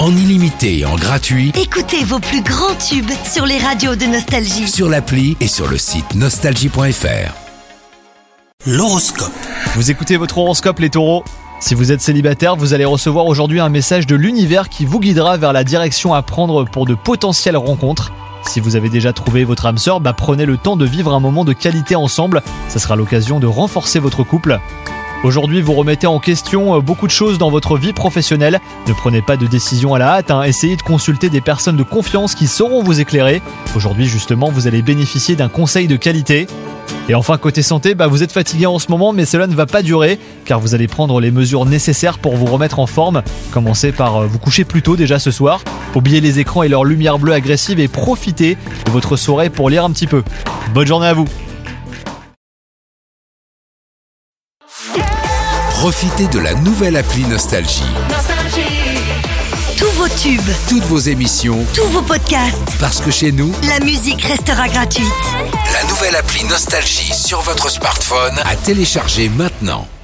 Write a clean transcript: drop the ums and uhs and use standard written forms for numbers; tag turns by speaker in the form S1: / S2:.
S1: en illimité et en gratuit
S2: Écoutez vos plus grands tubes sur les radios de Nostalgie.
S1: sur l'appli et sur le site nostalgie.fr. L'horoscope.
S3: Vous écoutez votre horoscope les taureaux. Si vous êtes célibataire, vous allez recevoir aujourd'hui un message de l'univers qui vous guidera vers la direction à prendre pour de potentielles rencontres. Si vous avez déjà trouvé votre âme sœur, prenez le temps de vivre un moment de qualité ensemble. Ça sera l'occasion de renforcer votre couple. Aujourd'hui, vous remettez en question beaucoup de choses dans votre vie professionnelle. Ne prenez pas de décision à la hâte, essayez de consulter des personnes de confiance qui sauront vous éclairer. Aujourd'hui, justement, vous allez bénéficier d'un conseil de qualité. Et enfin, côté santé, vous êtes fatigué en ce moment, mais cela ne va pas durer, car vous allez prendre les mesures nécessaires pour vous remettre en forme. Commencez par vous coucher plus tôt déjà ce soir. Oubliez les écrans et leur lumière bleue agressive et profitez de votre soirée pour lire un petit peu. Bonne journée à vous.
S1: Profitez de la nouvelle appli Nostalgie.
S2: Tous vos tubes,
S1: Toutes vos émissions,
S2: tous vos podcasts,
S1: parce que chez nous,
S2: la musique restera gratuite.
S1: la nouvelle appli Nostalgie sur votre smartphone à télécharger maintenant.